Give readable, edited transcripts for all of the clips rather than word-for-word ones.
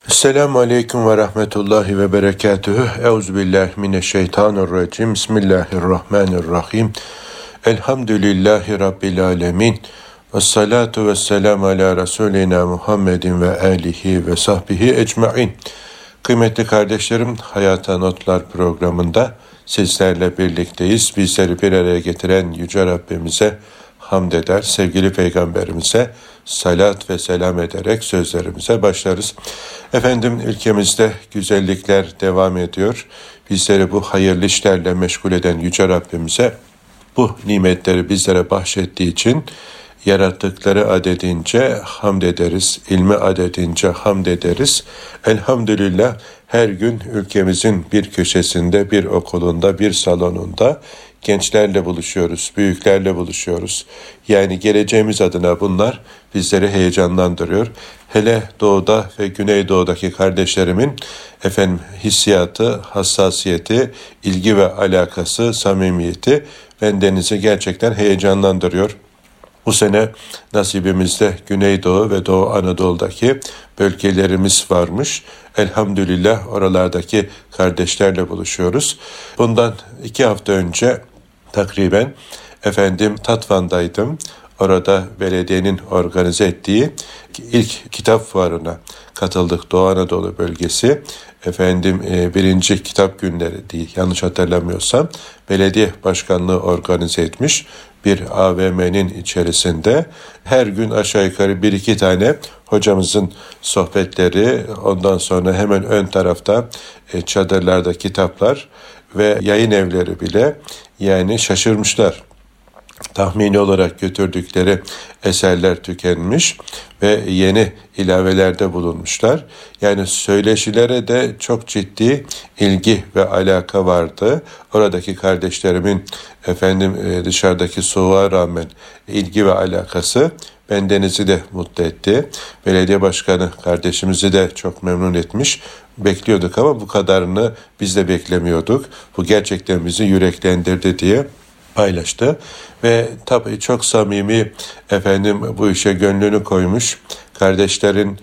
Esselamu Aleyküm ve Rahmetullahi ve Berekatühü. Euzubillahimineşşeytanirracim. Bismillahirrahmanirrahim. Elhamdülillahi Rabbil Alemin. Vessalatu vesselamu ala Resulina Muhammedin ve alihi ve sahbihi ecmain. Kıymetli kardeşlerim, Hayata Notlar programında sizlerle birlikteyiz. Bizleri bir araya getiren Yüce Rabbimize hamd eder, sevgili Peygamberimize salat ve selam ederek sözlerimize başlarız. Efendim, ülkemizde güzellikler devam ediyor. Bizleri bu hayırlı işlerle meşgul eden Yüce Rabbimize bu nimetleri bizlere bahşettiği için yarattıkları adedince hamd ederiz, ilmi adedince hamd ederiz. Elhamdülillah her gün ülkemizin bir köşesinde, bir okulunda, bir salonunda gençlerle buluşuyoruz, büyüklerle buluşuyoruz. Yani geleceğimiz adına bunlar bizleri heyecanlandırıyor. Hele doğuda ve güneydoğudaki kardeşlerimin hissiyatı, hassasiyeti, ilgi ve alakası, samimiyeti bendenizi gerçekten heyecanlandırıyor. Bu sene nasibimizde Güneydoğu ve Doğu Anadolu'daki bölgelerimiz varmış. Elhamdülillah oralardaki kardeşlerle buluşuyoruz. Bundan 2 hafta önce takriben Tatvan'daydım. Orada belediyenin organize ettiği ilk kitap fuarına katıldık. Doğu Anadolu bölgesi. 1. kitap günleri değil, yanlış hatırlamıyorsam belediye başkanlığı organize etmiş bir AVM'nin içerisinde her gün aşağı yukarı 1-2 tane hocamızın sohbetleri, ondan sonra hemen ön tarafta çadırlarda kitaplar ve yayın evleri bile yani şaşırmışlar. Tahmini olarak götürdükleri eserler tükenmiş ve yeni ilavelerde bulunmuşlar. Yani söyleşilere de çok ciddi ilgi ve alaka vardı. Oradaki kardeşlerimin dışarıdaki soğuğa rağmen ilgi ve alakası bendenizi de mutlu etti. Belediye başkanı kardeşimizi de çok memnun etmiş. Bekliyorduk ama bu kadarını biz de beklemiyorduk. Bu gerçekten bizi yüreklendirdi diye paylaştı ve tabii çok samimi bu işe gönlünü koymuş kardeşlerin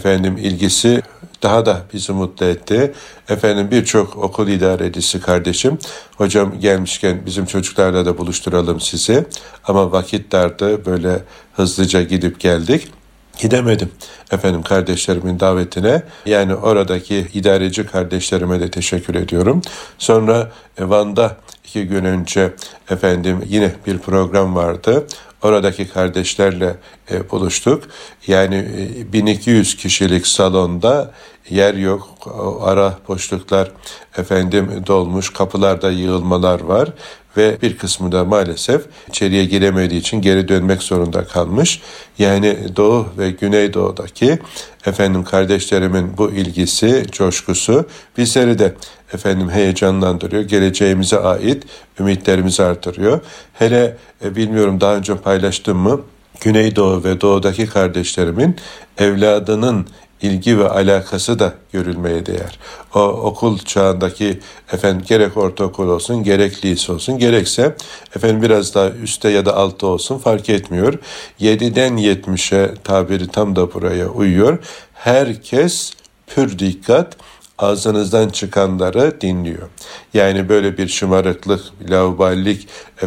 ilgisi daha da bizi mutlu etti. Birçok okul idarecisi kardeşim, hocam gelmişken bizim çocuklarla da buluşturalım sizi ama vakit dardı, böyle hızlıca gidip geldik. Gidemedim kardeşlerimin davetine. Yani oradaki idareci kardeşlerime de teşekkür ediyorum. Sonra Van'da 2 gün önce yine bir program vardı. Oradaki kardeşlerle buluştuk. Yani 1200 kişilik salonda yer yok. Ara boşluklar dolmuş. Kapılarda yığılmalar var. Ve bir kısmı da maalesef içeriye giremediği için geri dönmek zorunda kalmış. Yani Doğu ve Güneydoğu'daki kardeşlerimin bu ilgisi, coşkusu bizleri de heyecanlandırıyor. Geleceğimize ait ümitlerimizi artırıyor. Hele bilmiyorum daha önce paylaştım mı? Güneydoğu ve Doğu'daki kardeşlerimin evladının ilgi ve alakası da görülmeye değer. O okul çağındaki gerek ortaokul olsun, gerek lise olsun, gerekse biraz daha üstte ya da altta olsun fark etmiyor. 7'den 70'e tabiri tam da buraya uyuyor. Herkes pür dikkat ağzınızdan çıkanları dinliyor. Yani böyle bir şımarıklık, laubalilik,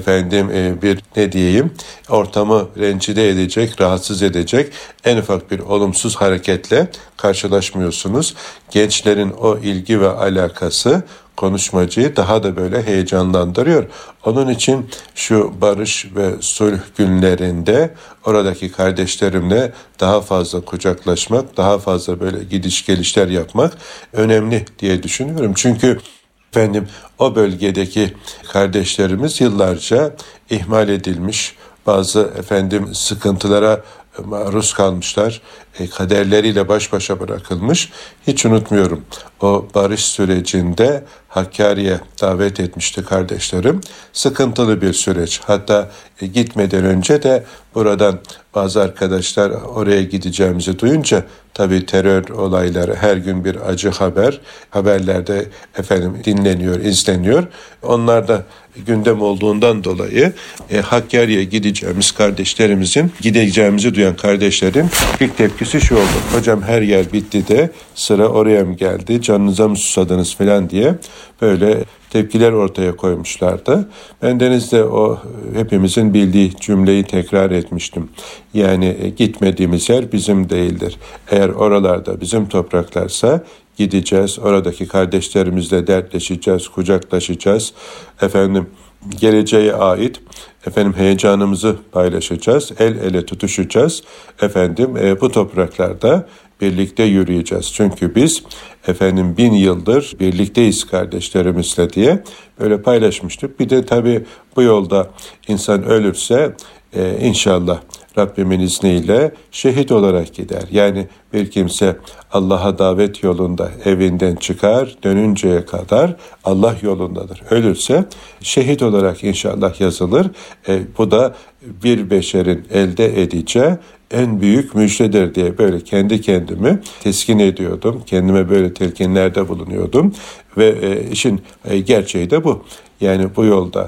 ortamı rencide edecek, rahatsız edecek en ufak bir olumsuz hareketle karşılaşmıyorsunuz. Gençlerin o ilgi ve alakası konuşmacıyı daha da böyle heyecanlandırıyor. Onun için şu barış ve sulh günlerinde oradaki kardeşlerimle daha fazla kucaklaşmak, daha fazla böyle gidiş gelişler yapmak önemli diye düşünüyorum. Çünkü o bölgedeki kardeşlerimiz yıllarca ihmal edilmiş, bazı sıkıntılara maruz kalmışlar, kaderleriyle baş başa bırakılmış. Hiç unutmuyorum, o barış sürecinde Hakkari'ye davet etmişti kardeşlerim. Sıkıntılı bir süreç. Hatta gitmeden önce de buradan bazı arkadaşlar oraya gideceğimizi duyunca tabii terör olayları her gün bir acı haberlerde dinleniyor, izleniyor. Onlar da gündem olduğundan dolayı Hakkari'ye gideceğimizi duyan kardeşlerin ilk tepkisi tepkisi şu oldu. Hocam her yer bitti de sıra oraya mı geldi? Canınıza mı susadınız falan diye böyle tepkiler ortaya koymuşlardı. Ben denizde o hepimizin bildiği cümleyi tekrar etmiştim. Yani gitmediğimiz yer bizim değildir. Eğer oralarda bizim topraklarsa gideceğiz. Oradaki kardeşlerimizle dertleşeceğiz, kucaklaşacağız. Geleceğe ait heyecanımızı paylaşacağız. El ele tutuşacağız. Bu topraklarda birlikte yürüyeceğiz. Çünkü biz 1000 yıldır birlikteyiz kardeşlerimizle diye böyle paylaşmıştık. Bir de tabii bu yolda insan ölürse inşallah Rabbimin izniyle şehit olarak gider. Yani bir kimse Allah'a davet yolunda evinden çıkar, dönünceye kadar Allah yolundadır. Ölürse şehit olarak inşallah yazılır. Bu da bir beşerin elde edeceği en büyük müjdedir diye böyle kendi kendimi teskin ediyordum. Kendime böyle telkinlerde bulunuyordum. Ve işin gerçeği de bu. Yani bu yolda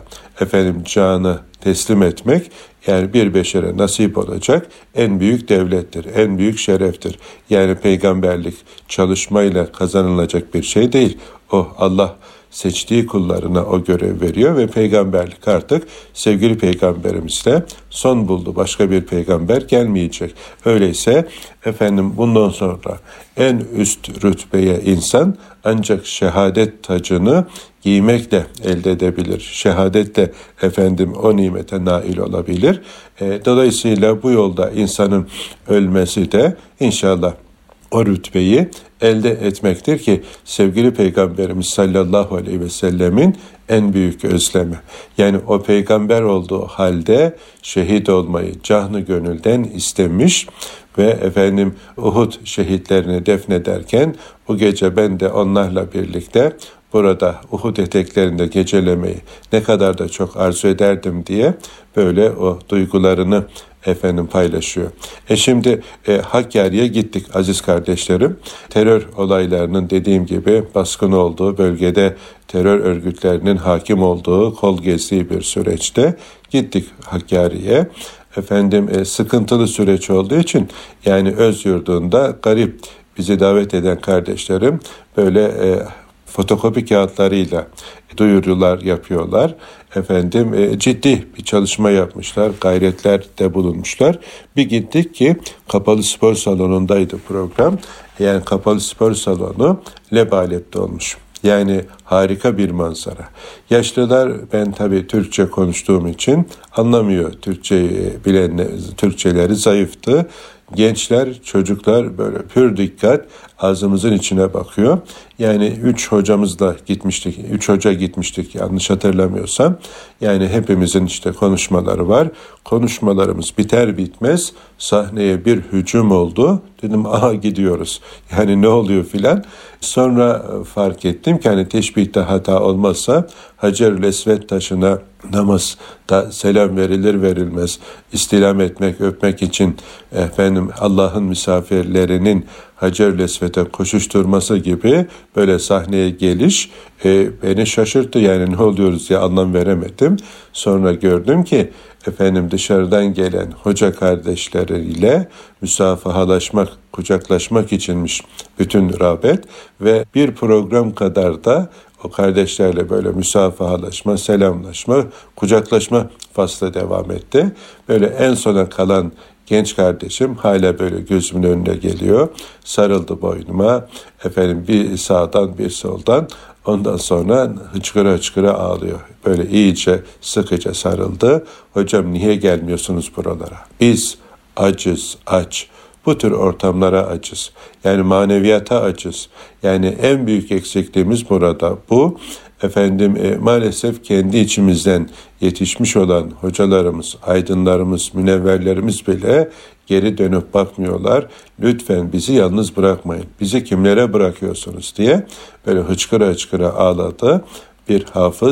canı teslim etmek yani bir beşere nasip olacak en büyük devlettir, en büyük şereftir. Yani peygamberlik çalışmayla kazanılacak bir şey değil. O Allah seçtiği kullarına o görev veriyor ve peygamberlik artık sevgili peygamberimizle son buldu. Başka bir peygamber gelmeyecek. Öyleyse bundan sonra en üst rütbeye insan ancak şehadet tacını giymekle elde edebilir. Şehadetle o nimete nail olabilir. Dolayısıyla bu yolda insanın ölmesi de inşallah o rütbeyi elde etmektir ki sevgili Peygamberimiz sallallahu aleyhi ve sellemin en büyük özlemi. Yani o peygamber olduğu halde şehit olmayı canı gönülden istemiş ve Uhud şehitlerini defnederken bu gece ben de onlarla birlikte burada Uhud eteklerinde gecelemeyi ne kadar da çok arzu ederdim diye böyle o duygularını paylaşıyor. Şimdi Hakkari'ye gittik aziz kardeşlerim. Terör olaylarının dediğim gibi baskın olduğu bölgede terör örgütlerinin hakim olduğu, kol gezdiği bir süreçte gittik Hakkari'ye. Sıkıntılı süreç olduğu için yani öz yurdunda garip bizi davet eden kardeşlerim böyle fotokopi kağıtlarıyla duyurular yapıyorlar. Ciddi bir çalışma yapmışlar, gayretlerde bulunmuşlar. Bir gittik ki kapalı spor salonundaydı program. Yani kapalı spor salonu lebalep olmuş. Yani harika bir manzara. Yaşlılar ben tabii Türkçe konuştuğum için anlamıyor. Türkçeleri zayıftı. Gençler, çocuklar böyle pür dikkat ağzımızın içine bakıyor. Yani 3 hocamızla gitmiştik. 3 hoca gitmiştik yanlış hatırlamıyorsam. Yani hepimizin konuşmaları var. Konuşmalarımız biter bitmez sahneye bir hücum oldu. Dedim aha gidiyoruz. Yani ne oluyor filan. Sonra fark ettim ki teşbihte hata olmazsa Hacer-ül Esved taşına namazda selam verilir verilmez istilam etmek, öpmek için Allah'ın misafirlerinin Hacer-ül Esved'e koşuşturması gibi böyle sahneye geliş beni şaşırttı. Yani ne oluyoruz diye anlam veremedim. Sonra gördüm ki dışarıdan gelen hoca kardeşleriyle müsafahalaşmak, kucaklaşmak içinmiş bütün rağbet ve bir program kadar da o kardeşlerle böyle müsafahalaşma, selamlaşma, kucaklaşma faslı devam etti. Böyle en sona kalan genç kardeşim hala böyle gözümün önüne geliyor. Sarıldı boynuma. Bir sağdan bir soldan. Ondan sonra hıçkıra hıçkıra ağlıyor. Böyle iyice sıkıca sarıldı. Hocam niye gelmiyorsunuz buralara? Biz acız, aç. Bu tür ortamlara acız. Yani maneviyata acız. Yani en büyük eksikliğimiz burada bu. Maalesef kendi içimizden yetişmiş olan hocalarımız, aydınlarımız, münevverlerimiz bile geri dönüp bakmıyorlar. Lütfen bizi yalnız bırakmayın. Bizi kimlere bırakıyorsunuz diye böyle hıçkıra hıçkıra ağladı. Bir hafız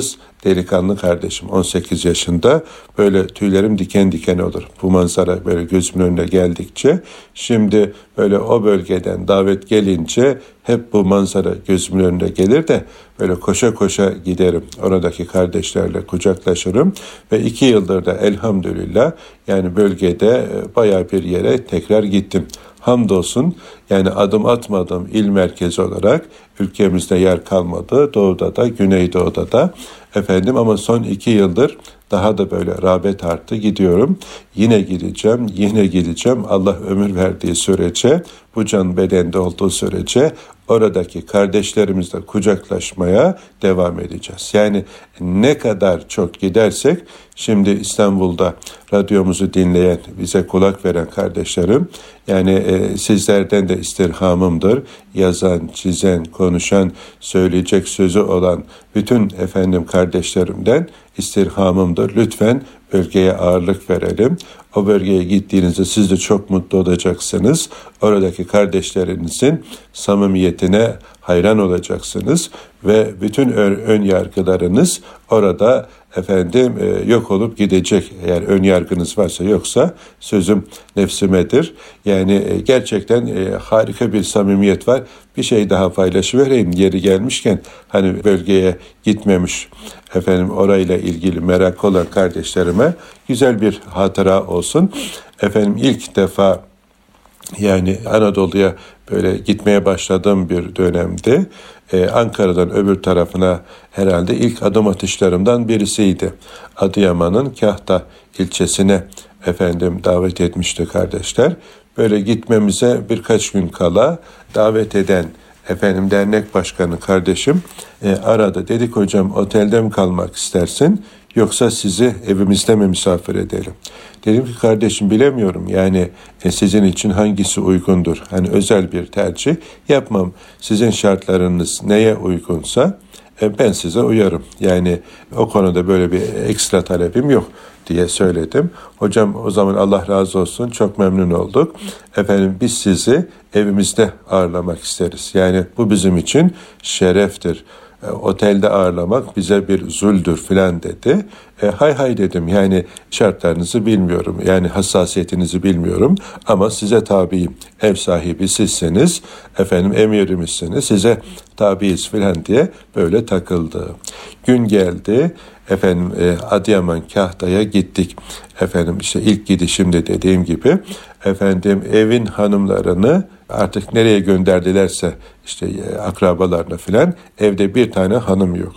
delikanlı kardeşim 18 yaşında, böyle tüylerim diken diken olur. Bu manzara böyle gözümün önüne geldikçe, şimdi böyle o bölgeden davet gelince hep bu manzara gözümün önüne gelir de böyle koşa koşa giderim. Oradaki kardeşlerle kucaklaşırım ve 2 yıldır da elhamdülillah yani bölgede bayağı bir yere tekrar gittim. Hamdolsun yani adım atmadım il merkezi olarak ülkemizde yer kalmadı. Doğuda da Güneydoğu'da da ama son 2 yıldır daha da böyle rağbet arttı, gidiyorum. Yine gideceğim. Allah ömür verdiği sürece, bu can bedende olduğu sürece oradaki kardeşlerimizle kucaklaşmaya devam edeceğiz. Yani ne kadar çok gidersek, şimdi İstanbul'da radyomuzu dinleyen, bize kulak veren kardeşlerim, yani sizlerden de istirhamımdır. Yazan, çizen, konuşan, söyleyecek sözü olan bütün kardeşlerimden istirhamımdır. Lütfen bölgeye ağırlık verelim. O bölgeye gittiğinizde siz de çok mutlu olacaksınız. Oradaki kardeşlerinizin samimiyetine hayran olacaksınız ve bütün ön yargılarınız orada yok olup gidecek. Eğer ön yargınız varsa, yoksa sözüm nefsimedir. Yani gerçekten harika bir samimiyet var. Bir şey daha paylaşıvereyim yeri gelmişken, hani bölgeye gitmemiş orayla ilgili merak olan kardeşlerime güzel bir hatıra olsun. İlk defa yani Anadolu'ya böyle gitmeye başladığım bir dönemde Ankara'dan öbür tarafına herhalde ilk adım atışlarımdan birisiydi. Adıyaman'ın Kahta ilçesine davet etmişti kardeşler. Böyle gitmemize birkaç gün kala davet eden dernek başkanı kardeşim aradı. Dedik hocam, otelde mi kalmak istersin yoksa sizi evimizde mi misafir edelim? Dedim ki kardeşim, bilemiyorum yani sizin için hangisi uygundur? Hani özel bir tercih yapmam. Sizin şartlarınız neye uygunsa ben size uyarım. Yani o konuda böyle bir ekstra talebim yok diye söyledim. Hocam o zaman Allah razı olsun, çok memnun olduk. Biz sizi evimizde ağırlamak isteriz. Yani bu bizim için şereftir. Otelde ağırlamak bize bir zuldür filan dedi. Hay dedim, yani şartlarınızı bilmiyorum, yani hassasiyetinizi bilmiyorum ama size tabiyim. Ev sahibi sizsiniz, emirimizsiniz, size tabiiz filan diye böyle takıldı. Gün geldi, Adıyaman Kahta'ya gittik. İlk gidişimde dediğim gibi evin hanımlarını artık nereye gönderdilerse akrabalarına filan, evde bir tane hanım yok.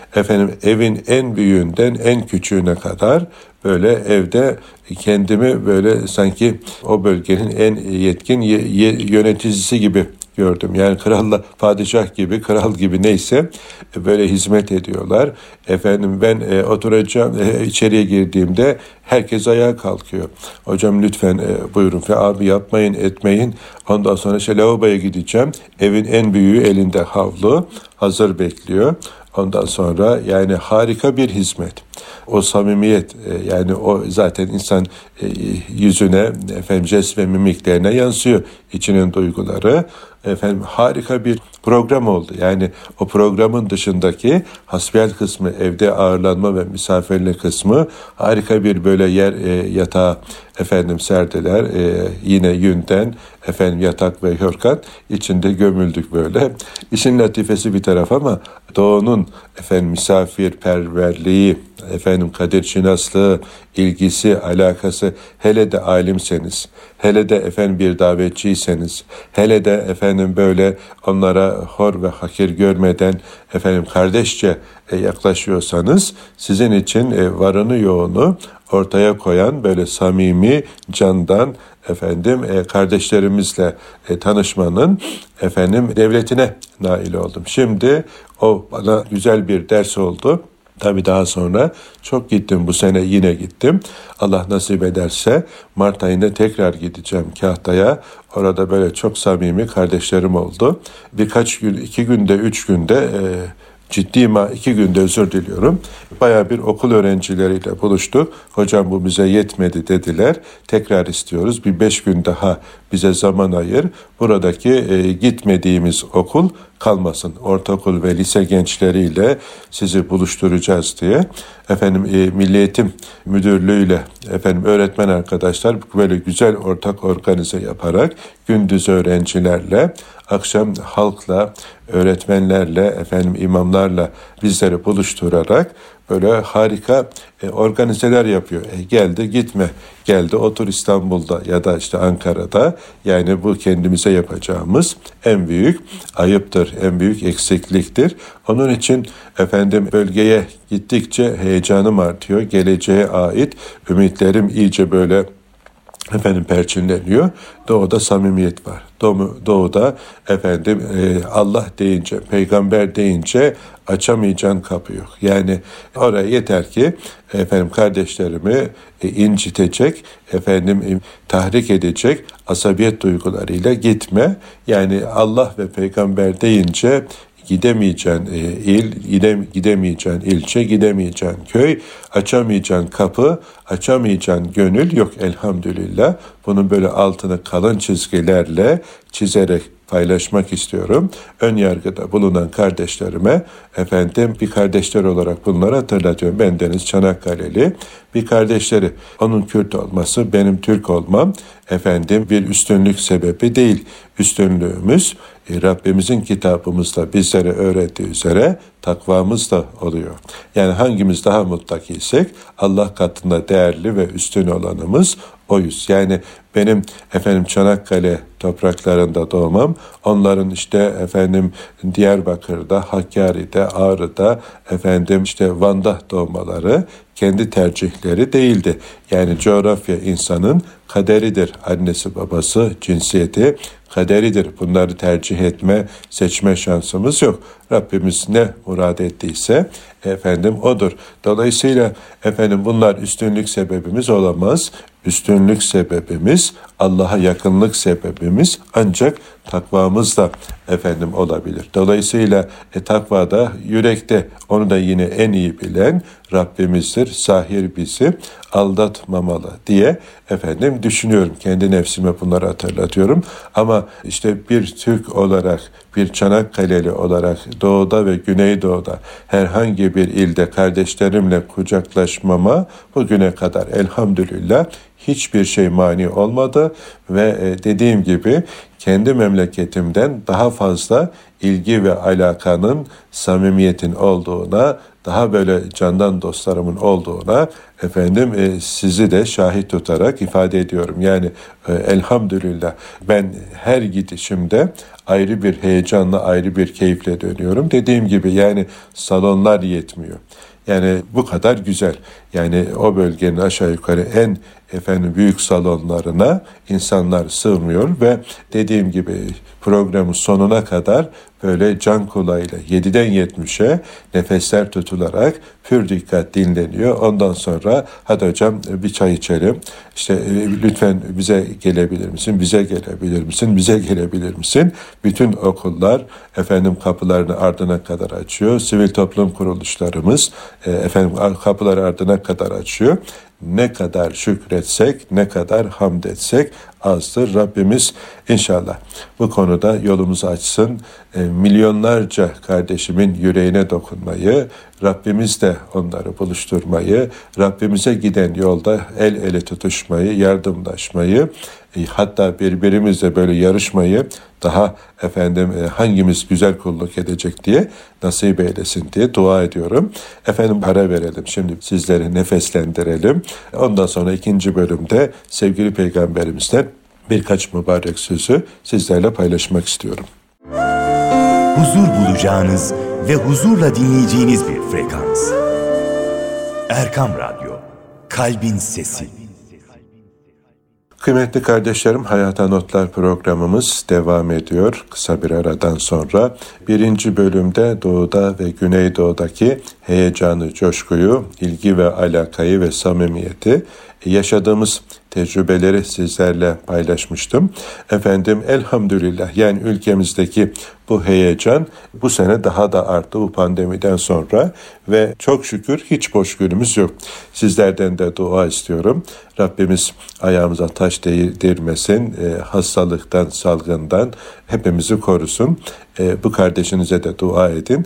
Evin en büyüğünden en küçüğüne kadar böyle evde kendimi böyle sanki o bölgenin en yetkin yöneticisi gibi gördüm. Yani padişah gibi, kral gibi neyse böyle hizmet ediyorlar. Ben oturacağım, içeriye girdiğimde herkes ayağa kalkıyor. Hocam lütfen buyurun. Abi yapmayın, etmeyin. Ondan sonra lavaboya gideceğim. Evin en büyüğü elinde havlu hazır bekliyor. Ondan sonra yani harika bir hizmet. O samimiyet, yani o zaten insan yüzüne, jest ve mimiklerine yansıyor, içinin duyguları. Harika bir program oldu. Yani o programın dışındaki hasbihal kısmı, evde ağırlanma ve misafirlik kısmı harika bir böyle yer, yatağı serdiler. Yine yünden yatak ve yorgan içinde gömüldük böyle. İşin latifesi bir taraf ama Doğu'nun misafirperverliği, kadirşinaslığı, ilgisi, alakası, hele de alimseniz, hele de bir davetçiyseniz, hele de böyle onlara hor ve hakir görmeden kardeşçe yaklaşıyorsanız, sizin için varını yoğunu ortaya koyan böyle samimi, candan kardeşlerimizle tanışmanın devletine nail oldum. Şimdi o bana güzel bir ders oldu. Tabii daha sonra çok gittim, bu sene yine gittim. Allah nasip ederse Mart ayında tekrar gideceğim Kahta'ya. Orada böyle çok samimi kardeşlerim oldu. Birkaç gün, 2 günde, 3 günde ciddi 2 günde özür diliyorum. Bayağı bir okul öğrencileriyle buluştuk. Hocam bu bize yetmedi dediler. Tekrar istiyoruz. Bir 5 gün daha bize zaman ayır. Buradaki gitmediğimiz okul kalmasın. Ortaokul ve lise gençleriyle sizi buluşturacağız diye. Milli Eğitim Müdürlüğü'yle öğretmen arkadaşlar böyle güzel ortak organize yaparak gündüz öğrencilerle, akşam halkla, öğretmenlerle, imamlarla bizleri buluşturarak böyle harika organizeler yapıyor. Geldi gitme, geldi otur İstanbul'da ya da işte Ankara'da. Yani bu kendimize yapacağımız en büyük ayıptır, en büyük eksikliktir. Onun için bölgeye gittikçe heyecanım artıyor. Geleceğe ait ümitlerim iyice böyle perçinleniyor. Doğuda samimiyet var. Doğuda Allah deyince, peygamber deyince açamayacağın kapı yok. Yani oraya yeter ki kardeşlerimi incitecek, tahrik edecek asabiyet duygularıyla gitme. Yani Allah ve peygamber deyince gidemeyeceğin il, gidemeyeceğin ilçe, gidemeyeceğin köy, açamayacağın kapı, açamayacağın gönül yok elhamdülillah. Bunun böyle altını kalın çizgilerle çizerek paylaşmak istiyorum. Ön yargıda bulunan kardeşlerime bir kardeşler olarak bunları hatırlatıyorum. Ben Deniz Çanakkale'li bir kardeşleri. Onun Kürt olması, benim Türk olmam bir üstünlük sebebi değil. Üstünlüğümüz Rabbimizin kitabımızda bizlere öğrettiği üzere takvamız da oluyor. Yani hangimiz daha muttakiysek Allah katında değerli ve üstün olanımız oyuz. Yani benim Çanakkale topraklarında doğmam, onların Diyarbakır'da, Hakkari'de, Ağrı'da, Van'da doğmaları kendi tercihleri değildi. Yani coğrafya insanın kaderidir. Annesi, babası, cinsiyeti kaderidir. Bunları tercih etme, seçme şansımız yok. Rabbimiz ne murad ettiyse odur. Dolayısıyla bunlar üstünlük sebebimiz olamaz. Üstünlük sebebimiz, Allah'a yakınlık sebebimiz ancak takvamız da olabilir. Dolayısıyla takvada yürekte, onu da yine en iyi bilen Rabbimizdir. Zahir bizi aldatmamalı diye düşünüyorum. Kendi nefsime bunları hatırlatıyorum. Ama bir Türk olarak, bir Çanakkale'li olarak doğuda ve güneydoğuda herhangi bir ilde kardeşlerimle kucaklaşmama bugüne kadar elhamdülillah hiçbir şey mani olmadı ve dediğim gibi kendi memleketimden daha fazla ilgi ve alakanın, samimiyetin olduğuna, daha böyle candan dostlarımın olduğuna sizi de şahit tutarak ifade ediyorum. Yani elhamdülillah ben her gidişimde ayrı bir heyecanla, ayrı bir keyifle dönüyorum. Dediğim gibi yani salonlar yetmiyor. Yani bu kadar güzel. Yani o bölgenin aşağı yukarı en büyük salonlarına insanlar sığmıyor ve dediğim gibi programın sonuna kadar böyle can kulağıyla 7'den 70'e nefesler tutularak pür dikkat dinleniyor. Ondan sonra hadi hocam bir çay içelim. Lütfen bize gelebilir misin? Bize gelebilir misin? Bize gelebilir misin? Bütün okullar kapılarını ardına kadar açıyor. Sivil toplum kuruluşlarımız kapıları ardına kadar açıyor. Ne kadar şükretsek, ne kadar hamd etsek azdır. Rabbimiz inşallah bu konuda yolumuzu açsın. Milyonlarca kardeşimin yüreğine dokunmayı, Rabbimiz de onları buluşturmayı, Rabbimize giden yolda el ele tutuşmayı, yardımlaşmayı, hatta birbirimizle böyle yarışmayı daha hangimiz güzel kulluk edecek diye nasip eylesin diye dua ediyorum. Ara verelim. Şimdi sizleri nefeslendirelim. Ondan sonra 2. bölümde sevgili Peygamberimizden birkaç mübarek sözü sizlerle paylaşmak istiyorum. Huzur bulacağınız ve huzurla dinleyeceğiniz bir frekans. Erkam Radyo, Kalbin Sesi. Kıymetli kardeşlerim, Hayata Notlar programımız devam ediyor kısa bir aradan sonra. 1. bölümde Doğu'da ve Güneydoğu'daki heyecanı, coşkuyu, ilgi ve alakayı ve samimiyeti, yaşadığımız tecrübeleri sizlerle paylaşmıştım. Elhamdülillah yani ülkemizdeki bu heyecan bu sene daha da arttı bu pandemiden sonra ve çok şükür hiç boş günümüz yok. Sizlerden de dua istiyorum. Rabbimiz ayağımıza taş değdirmesin, hastalıktan, salgından hepimizi korusun. Bu kardeşinize de dua edin.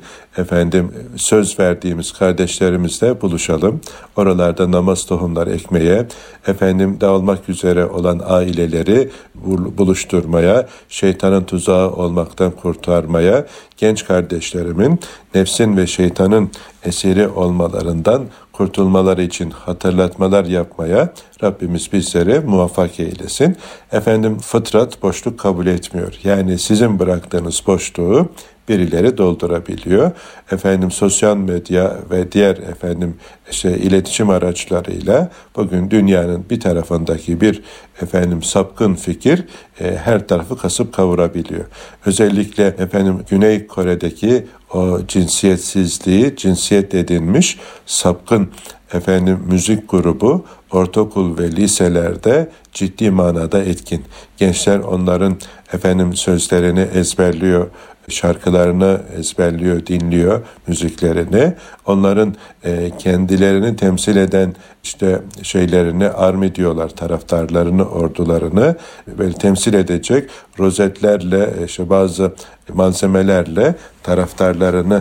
Söz verdiğimiz kardeşlerimizle buluşalım. Oralarda namaz tohumları ekmeye, dağılmak üzere olan aileleri buluşturmaya, şeytanın tuzağı olmaktan kurtarmaya, genç kardeşlerimin nefsin ve şeytanın esiri olmalarından kurtulmaları için hatırlatmalar yapmaya Rabbimiz bizleri muvaffak eylesin. Fıtrat boşluk kabul etmiyor. Yani sizin bıraktığınız boşluğu birileri doldurabiliyor. Sosyal medya ve diğer iletişim araçlarıyla bugün dünyanın bir tarafındaki bir sapkın fikir her tarafı kasıp kavurabiliyor. Özellikle Güney Kore'deki o cinsiyetsizliği cinsiyet edinmiş sapkın müzik grubu ortaokul ve liselerde ciddi manada etkin. Gençler onların sözlerini ezberliyor, şarkılarını ezberliyor, dinliyor, müziklerini. Onların kendilerini temsil eden şeylerini, army diyorlar, taraftarlarını, ordularını böyle temsil edecek rozetlerle, bazı malzemelerle taraftarlarını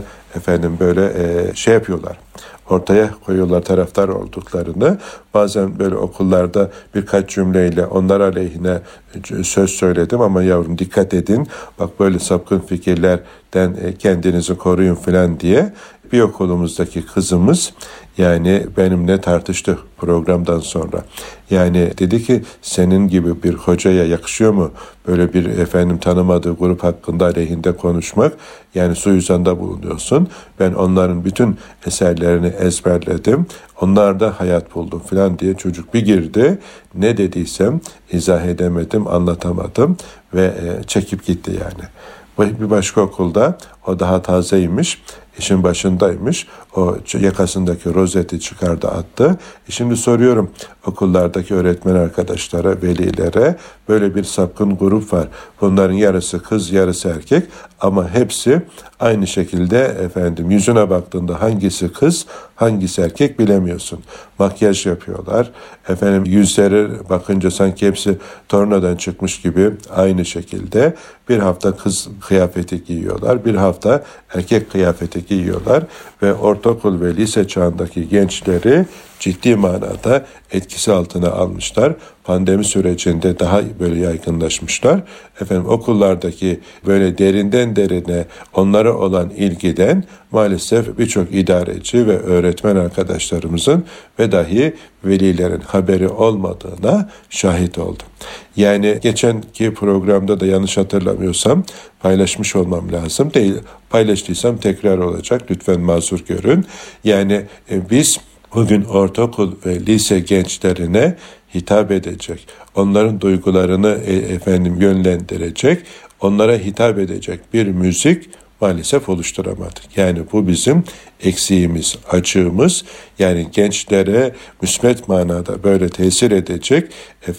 yapıyorlar. Ortaya koyuyorlar taraftar olduklarını. Bazen böyle okullarda birkaç cümleyle onlar aleyhine söz söyledim ama yavrum dikkat edin, bak böyle sapkın fikirlerden kendinizi koruyun falan diye bir okulumuzdaki kızımız benimle tartıştı programdan sonra. Dedi ki senin gibi bir hocaya yakışıyor mu böyle bir tanımadığı grup hakkında aleyhinde konuşmak? Suizanda bulunuyorsun. Ben onların bütün eserlerini ezberledim. Onlarda hayat buldum falan diye çocuk bir girdi. Ne dediysem izah edemedim, anlatamadım ve çekip gitti yani. Bir başka okulda o daha tazeymiş, işin başındaymış. O yakasındaki rozeti çıkardı, attı. Şimdi soruyorum okullardaki öğretmen arkadaşlara, velilere, böyle bir sapkın grup var. Bunların yarısı kız, yarısı erkek ama hepsi aynı şekilde yüzüne baktığında hangisi kız, hangisi erkek bilemiyorsun. Makyaj yapıyorlar. Yüzleri bakınca sanki hepsi tornadan çıkmış gibi aynı şekilde bir hafta kız kıyafeti giyiyorlar, bir hafta erkek kıyafeti giyiyorlar ve ortaokul ve lise çağındaki gençleri ciddi manada etkisi altına almışlar. Pandemi sürecinde daha böyle yaygınlaşmışlar. Okullardaki böyle derinden derine onlara olan ilgiden maalesef birçok idareci ve öğretmen arkadaşlarımızın ve dahi velilerin haberi olmadığına şahit oldum. Geçenki programda da yanlış hatırlamıyorsam paylaşmış olmam lazım. Değil, paylaştıysam tekrar olacak. Lütfen mazur görün. Biz bugün ortaokul ve lise gençlerine hitap edecek, onların duygularını yönlendirecek, onlara hitap edecek bir müzik maalesef oluşturamadık. Bu bizim eksiğimiz, açığımız. Gençlere müsbet manada böyle tesir edecek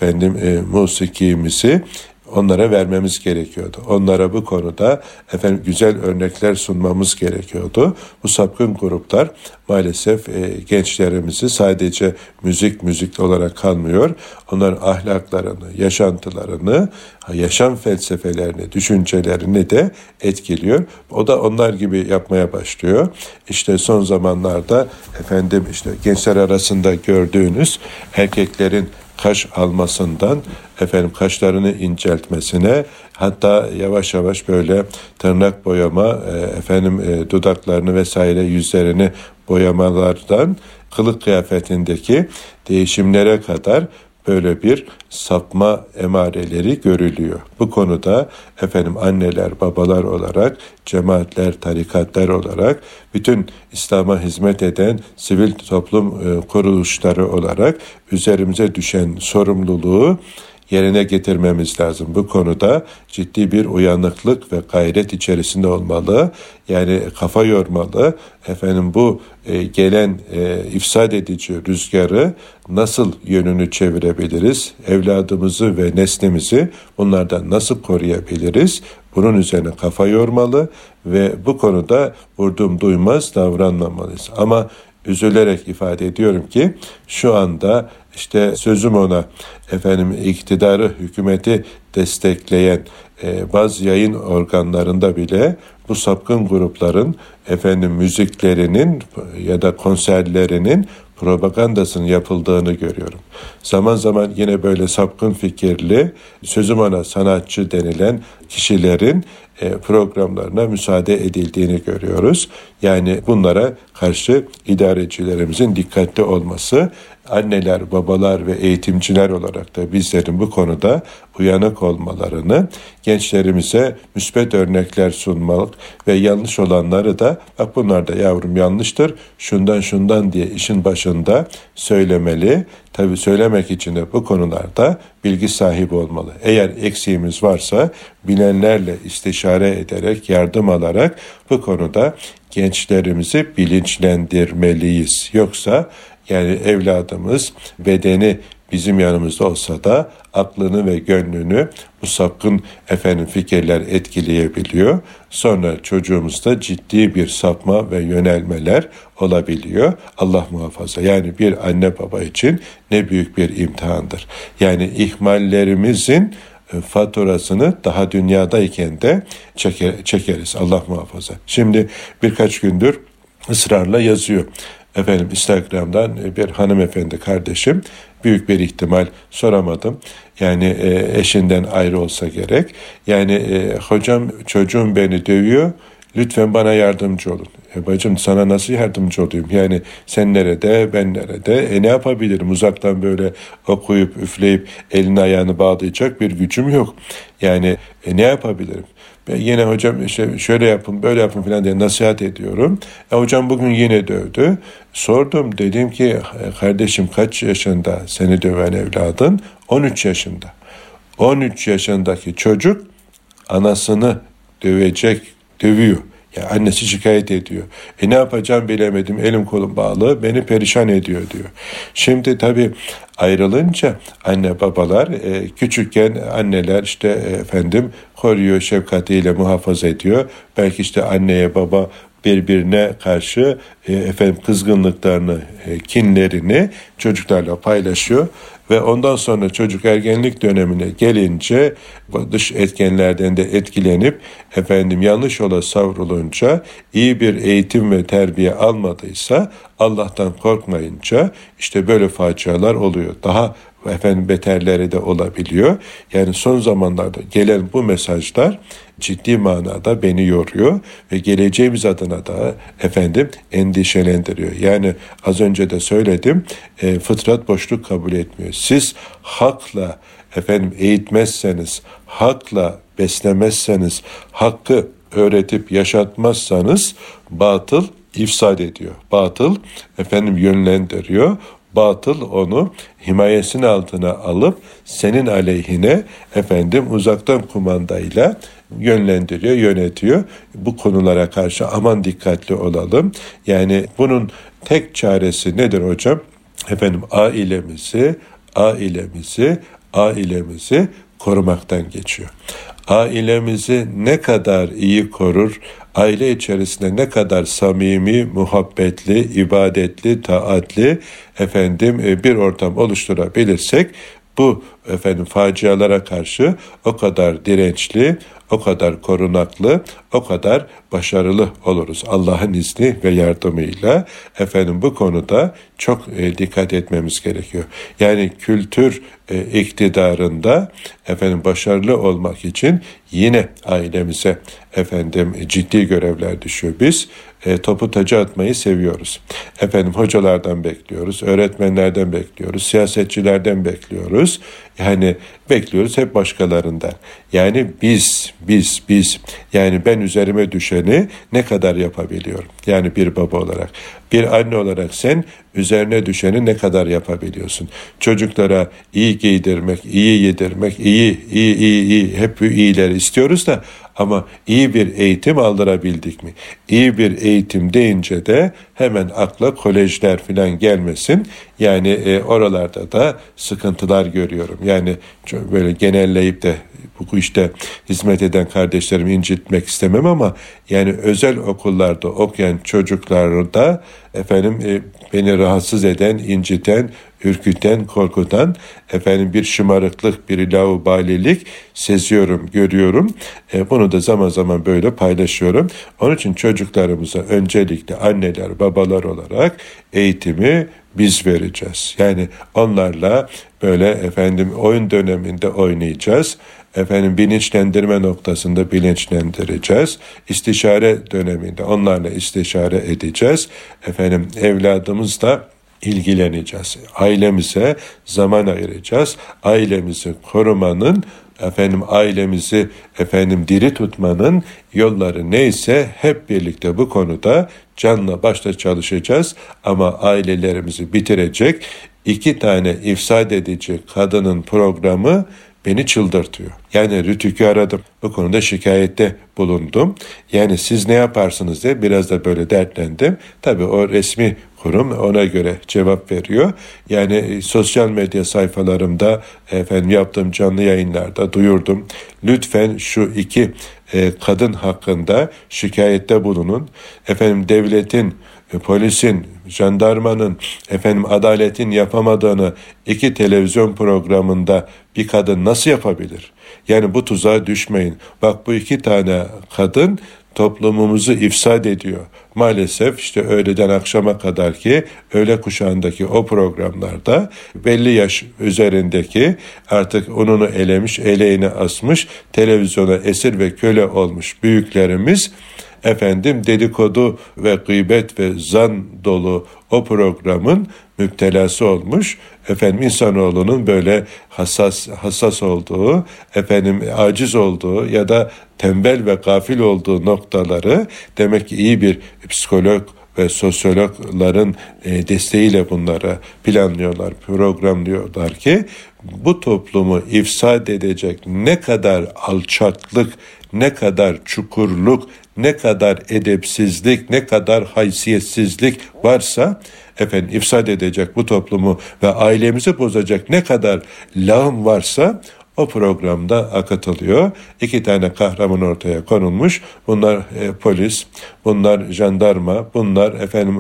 musikimizi onlara vermemiz gerekiyordu. Onlara bu konuda güzel örnekler sunmamız gerekiyordu. Bu sapkın gruplar maalesef gençlerimizi sadece müzik olarak kalmıyor. Onların ahlaklarını, yaşantılarını, yaşam felsefelerini, düşüncelerini de etkiliyor. O da onlar gibi yapmaya başlıyor. Son zamanlarda gençler arasında gördüğünüz erkeklerin kaş almasından kaşlarını inceltmesine, hatta yavaş yavaş böyle tırnak boyama, dudaklarını vesaire yüzlerini boyamalardan kılık kıyafetindeki değişimlere kadar böyle bir sapma emareleri görülüyor. Bu konuda anneler, babalar olarak, cemaatler, tarikatlar olarak, bütün İslam'a hizmet eden sivil toplum kuruluşları olarak üzerimize düşen sorumluluğu yerine getirmemiz lazım. Bu konuda ciddi bir uyanıklık ve gayret içerisinde olmalı. Kafa yormalı. Bu gelen ifsad edici rüzgarı nasıl yönünü çevirebiliriz? Evladımızı ve neslimizi bunlardan nasıl koruyabiliriz? Bunun üzerine kafa yormalı ve bu konuda vurdum duymaz davranmamalıyız. Ama üzülerek ifade ediyorum ki şu anda işte sözüm ona iktidarı, hükümeti destekleyen bazı yayın organlarında bile bu sapkın grupların müziklerinin ya da konserlerinin propagandasının yapıldığını görüyorum. Zaman zaman yine böyle sapkın fikirli, sözüm ona sanatçı denilen kişilerin programlarına müsaade edildiğini görüyoruz. Yani bunlara karşı idarecilerimizin dikkatli olması, anneler, babalar ve eğitimciler olarak da bizlerin bu konuda uyanık olmalarını, gençlerimize müsbet örnekler sunmak ve yanlış olanları da bak bunlar da yavrum yanlıştır, şundan diye işin başında söylemeli. Tabii söylemek için de bu konularda bilgi sahibi olmalı. Eğer eksiğimiz varsa bilenlerle istişare ederek, yardım alarak bu konuda gençlerimizi bilinçlendirmeliyiz. Yoksa yani evladımız bedeni bizim yanımızda olsa da aklını ve gönlünü bu sapkın fikirler etkileyebiliyor. Sonra çocuğumuzda ciddi bir sapma ve yönelmeler olabiliyor. Allah muhafaza. Yani bir anne baba için ne büyük bir imtihandır. Yani ihmallerimizin faturasını daha dünyadayken de çekeriz. Allah muhafaza. Şimdi birkaç gündür ısrarla yazıyor. Instagram'dan bir hanımefendi kardeşim, büyük bir ihtimal soramadım. Yani eşinden ayrı olsa gerek. Yani hocam çocuğum beni dövüyor. Lütfen bana yardımcı olun. Bacım sana nasıl yardımcı olayım? Yani sen nerede, ben nerede? Ne yapabilirim? Uzaktan böyle okuyup üfleyip elini ayağını bağlayacak bir gücüm yok. Yani ne yapabilirim? Ben yine hocam işte şöyle yapın, böyle yapın falan diye nasihat ediyorum. Hocam bugün yine dövdü. Sordum, dedim ki kardeşim kaç yaşında seni döven evladın? 13 yaşında. 13 yaşındaki çocuk anasını dövüyor. Ya annesi şikayet ediyor. Ne yapacağım bilemedim, elim kolum bağlı, beni perişan ediyor diyor. Şimdi tabii ayrılınca anne babalar küçükken anneler koruyor, şefkatiyle muhafaza ediyor. Belki işte anneye baba birbirine karşı kızgınlıklarını, kinlerini çocuklarla paylaşıyor. Ve ondan sonra çocuk ergenlik dönemine gelince dış etkenlerden de etkilenip yanlış yola savrulunca, iyi bir eğitim ve terbiye almadıysa, Allah'tan korkmayınca işte böyle facialar oluyor. Daha beterleri de olabiliyor. Yani son zamanlarda gelen bu mesajlar ciddi manada beni yoruyor ve geleceğimiz adına da endişelendiriyor. Yani az önce de söyledim, fıtrat boşluk kabul etmiyor. Siz hakla eğitmezseniz, hakla beslemezseniz, hakkı öğretip yaşatmazsanız batıl ifsad ediyor. Batıl yönlendiriyor. Batıl onu himayesinin altına alıp senin aleyhine uzaktan kumandayla yönlendiriyor, yönetiyor. Bu konulara karşı aman dikkatli olalım. Yani bunun tek çaresi nedir hocam? Ailemizi korumaktan geçiyor. Ailemizi ne kadar iyi korur, aile içerisinde ne kadar samimi, muhabbetli, ibadetli, taatli bir ortam oluşturabilirsek bu facialara karşı o kadar dirençli, o kadar korunaklı, o kadar başarılı oluruz. Allah'ın izni ve yardımıyla bu konuda çok dikkat etmemiz gerekiyor. Yani kültür iktidarında başarılı olmak için yine ailemize ciddi görevler düşüyor. Biz topu taca atmayı seviyoruz. Hocalardan bekliyoruz, öğretmenlerden bekliyoruz, siyasetçilerden bekliyoruz. Yani bekliyoruz hep başkalarından. Yani biz yani ben üzerime düşeni ne kadar yapabiliyorum? Yani bir baba olarak, bir anne olarak sen üzerine düşeni ne kadar yapabiliyorsun? Çocuklara iyi giydirmek, iyi yedirmek, iyi hep iyileri istiyoruz da ama iyi bir eğitim aldırabildik mi? İyi bir eğitim deyince de hemen akla kolejler falan gelmesin. Yani oralarda da sıkıntılar görüyorum. Yani böyle genelleyip de bu işte hizmet eden kardeşlerimi incitmek istemem ama yani özel okullarda okuyan çocuklarda beni rahatsız eden, inciten, ürküten, korkutan bir şımarıklık, bir laubalilik seziyorum, görüyorum. Bunu da zaman zaman böyle paylaşıyorum. Onun için çocuklarımıza öncelikle anneler, babalar olarak eğitimi biz vereceğiz. Yani onlarla böyle oyun döneminde oynayacağız. Bilinçlendirme noktasında bilinçlendireceğiz. İstişare döneminde onlarla istişare edeceğiz. Evladımızla ilgileneceğiz. Ailemize zaman ayıracağız. Ailemizi korumanın, ailemizi diri tutmanın yolları neyse hep birlikte bu konuda canla başla çalışacağız. Ama ailelerimizi bitirecek 2 tane ifsad edici kadının programı beni çıldırtıyor. Yani Rütük'ü aradım. Bu konuda şikayette bulundum. Yani siz ne yaparsınız diye biraz da böyle dertlendim. Tabii o resmi kurum ona göre cevap veriyor. Yani sosyal medya sayfalarımda yaptığım canlı yayınlarda duyurdum. Lütfen şu 2 kadın hakkında şikayette bulunun. Devletin, polisin, jandarmanın, adaletin yapamadığını 2 televizyon programında bir kadın nasıl yapabilir? Yani bu tuzağa düşmeyin. Bak bu 2 tane kadın toplumumuzu ifsad ediyor. Maalesef öğleden akşama kadar ki öğle kuşağındaki o programlarda belli yaş üzerindeki artık ununu elemiş, eleğini asmış, televizyona esir ve köle olmuş büyüklerimiz dedikodu ve gıybet ve zan dolu o programın müptelası olmuş. İnsanoğlunun böyle hassas olduğu, aciz olduğu ya da tembel ve gafil olduğu noktaları demek ki iyi bir psikolog ve sosyologların desteğiyle bunları planlıyorlar, programlıyorlar ki bu toplumu ifsad edecek ne kadar alçaklık, ne kadar çukurluk, ne kadar edepsizlik, ne kadar haysiyetsizlik varsa ifsad edecek bu toplumu ve ailemizi bozacak ne kadar lağım varsa o programda akıtılıyor. 2 tane kahraman ortaya konulmuş. Bunlar polis, bunlar jandarma, bunlar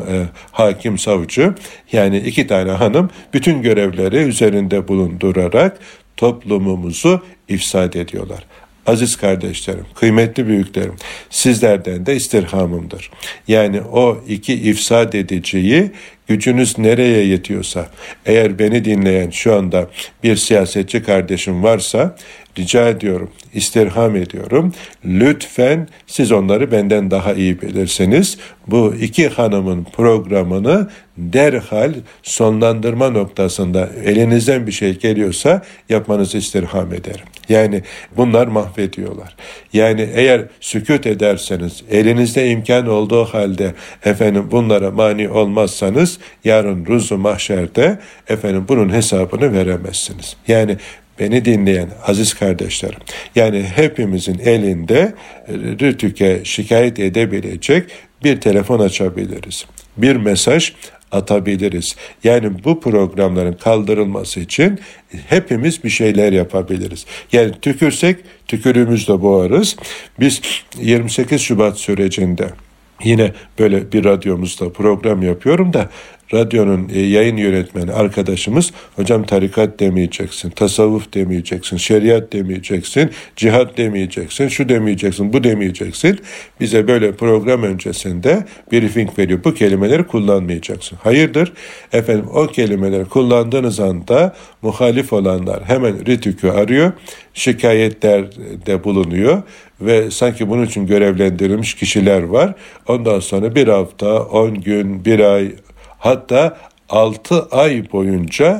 hakim, savcı. Yani 2 tane hanım bütün görevleri üzerinde bulundurarak toplumumuzu ifsad ediyorlar. Aziz kardeşlerim, kıymetli büyüklerim, sizlerden de istirhamımdır. Yani o 2 ifsad ediciyi gücünüz nereye yetiyorsa, eğer beni dinleyen şu anda bir siyasetçi kardeşim varsa rica ediyorum, istirham ediyorum. Lütfen siz onları benden daha iyi bilirsiniz. Bu 2 hanımın programını derhal sonlandırma noktasında elinizden bir şey geliyorsa yapmanızı istirham ederim. Yani bunlar mahvediyorlar. Yani eğer sükût ederseniz, elinizde imkan olduğu halde bunlara mani olmazsanız yarın ruzu mahşerde bunun hesabını veremezsiniz. Yani beni dinleyen aziz kardeşlerim, yani hepimizin elinde Rütük'e şikayet edebilecek bir telefon açabiliriz. Bir mesaj atabiliriz. Yani bu programların kaldırılması için hepimiz bir şeyler yapabiliriz. Yani tükürsek tükürüğümüzle boğarız. Biz 28 Şubat sürecinde yine böyle bir radyomuzda program yapıyorum da radyonun yayın yönetmeni arkadaşımız hocam tarikat demeyeceksin, tasavvuf demeyeceksin, şeriat demeyeceksin, cihat demeyeceksin, şu demeyeceksin, bu demeyeceksin. Bize böyle program öncesinde briefing veriyor. Bu kelimeleri kullanmayacaksın. Hayırdır? O kelimeleri kullandığınız anda muhalif olanlar hemen Rütük'ü arıyor, şikayetlerde bulunuyor ve sanki bunun için görevlendirilmiş kişiler var. Ondan sonra 1 hafta, 10 gün, 1 ay, hatta 6 ay boyunca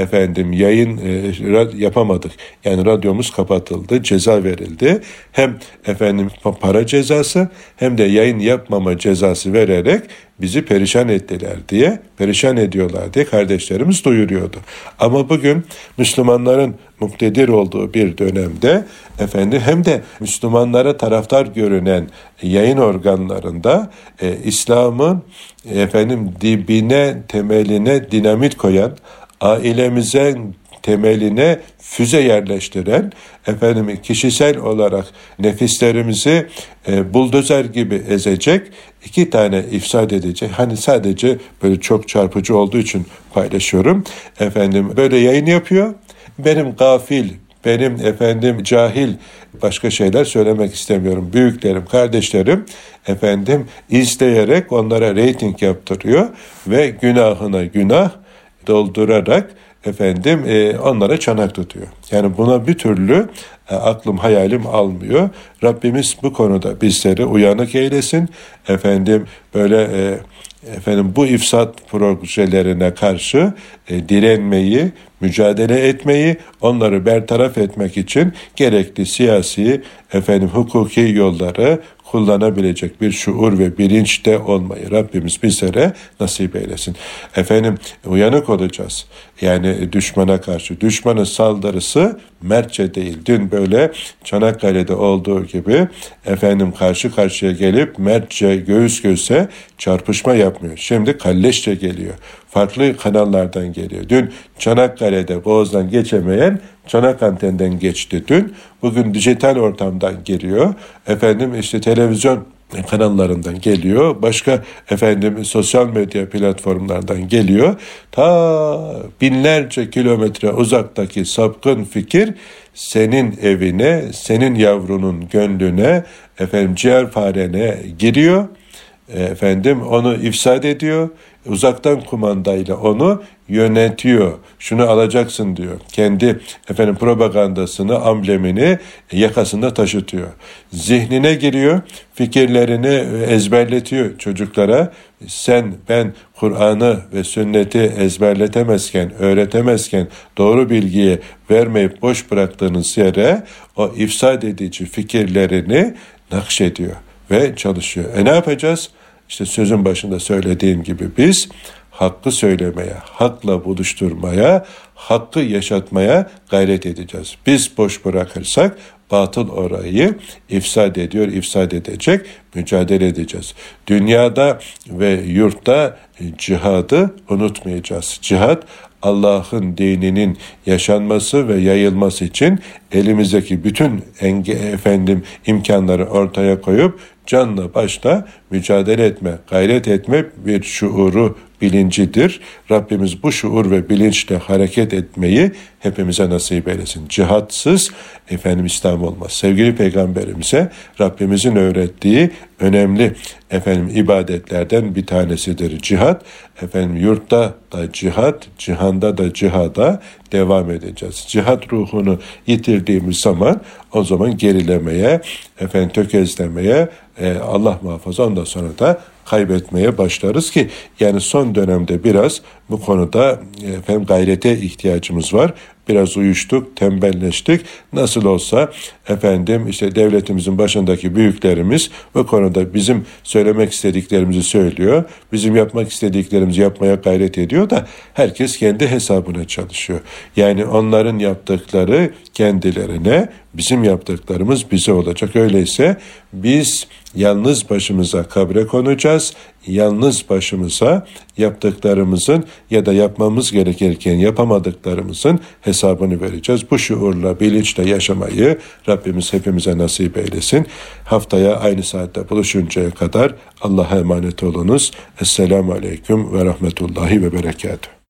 yayın yapamadık. Yani radyomuz kapatıldı, ceza verildi. Hem para cezası hem de yayın yapmama cezası vererek bizi perişan ediyorlar diye kardeşlerimiz duyuruyordu. Ama bugün Müslümanların muktedir olduğu bir dönemde hem de Müslümanlara taraftar görünen yayın organlarında İslam'ın dibine, temeline dinamit koyan, ailemize temeline füze yerleştiren, kişisel olarak nefislerimizi buldozer gibi ezecek, 2 tane ifsad edecek. Hani sadece böyle çok çarpıcı olduğu için paylaşıyorum. Böyle yayın yapıyor. Benim gafil, benim cahil, başka şeyler söylemek istemiyorum. Büyüklerim, kardeşlerim izleyerek onlara reyting yaptırıyor ve günahına günah doldurarak onlara çanak tutuyor. Yani buna bir türlü aklım hayalim almıyor. Rabbimiz bu konuda bizleri uyanık eylesin. Bu ifsat projelerine karşı direnmeyi, mücadele etmeyi, onları bertaraf etmek için gerekli siyasi, hukuki yolları kullanabilecek bir şuur ve bilinçte olmayı Rabbimiz bizlere nasip eylesin. Uyanık olacağız. Yani düşmana karşı. Düşmanın saldırısı mertçe değil. Dün böyle Çanakkale'de olduğu gibi karşı karşıya gelip mertçe göğüs göğüse çarpışma yapmıyor. Şimdi kalleşçe geliyor. Farklı kanallardan geliyor. Dün Çanakkale'de Boğaz'dan geçemeyen Çanak antenden geçti dün. Bugün dijital ortamdan geliyor. Televizyon kanallarından geliyor. Başka sosyal medya platformlardan geliyor. Ta binlerce kilometre uzaktaki sapkın fikir senin evine, senin yavrunun gönlüne, ciğerparene giriyor. Onu ifsad ediyor. Uzaktan kumandayla onu yönetiyor. Şunu alacaksın diyor. Kendi propagandasını, amblemini yakasında taşıtıyor. Zihnine giriyor. Fikirlerini ezberletiyor çocuklara. Ben Kur'an'ı ve sünneti ezberletemezken, öğretemezken, doğru bilgiyi vermeyip boş bıraktığınız yere o ifsad edici fikirlerini nakşediyor ve çalışıyor. Ne yapacağız? İşte sözün başında söylediğim gibi biz hakkı söylemeye, hakla buluşturmaya, hakkı yaşatmaya gayret edeceğiz. Biz boş bırakırsak batıl orayı ifsad ediyor, ifsad edecek, mücadele edeceğiz. Dünyada ve yurtta cihadı unutmayacağız. Cihad, Allah'ın dininin yaşanması ve yayılması için elimizdeki bütün imkanları ortaya koyup canla başla mücadele etme, gayret etme bir şuuru, bilincidir. Rabbimiz bu şuur ve bilinçle hareket etmeyi hepimize nasip eylesin. Cihatsız İslam olmaz. Sevgili Peygamberimize Rabbimizin öğrettiği önemli ibadetlerden bir tanesidir cihad. Yurtta da cihad, cihanda da cihada devam edeceğiz. Cihad ruhunu yitirdiğimiz zaman o zaman gerilemeye, tökezlemeye, Allah muhafaza ondan sonra da kaybetmeye başlarız ki yani son dönemde biraz bu konuda gayrete ihtiyacımız var. Biraz uyuştuk, tembelleştik. Nasıl olsa devletimizin başındaki büyüklerimiz bu konuda bizim söylemek istediklerimizi söylüyor. Bizim yapmak istediklerimizi yapmaya gayret ediyor da herkes kendi hesabına çalışıyor. Yani onların yaptıkları kendilerine, bizim yaptıklarımız bize olacak. Öyleyse biz yalnız başımıza kabre konacağız. Yalnız başımıza yaptıklarımızın ya da yapmamız gerekirken yapamadıklarımızın hesabını vereceğiz. Bu şuurla, bilinçle yaşamayı Rabbimiz hepimize nasip eylesin. Haftaya aynı saatte buluşuncaya kadar Allah'a emanet olunuz. Esselamu Aleyküm ve Rahmetullahi ve Berekatuhu.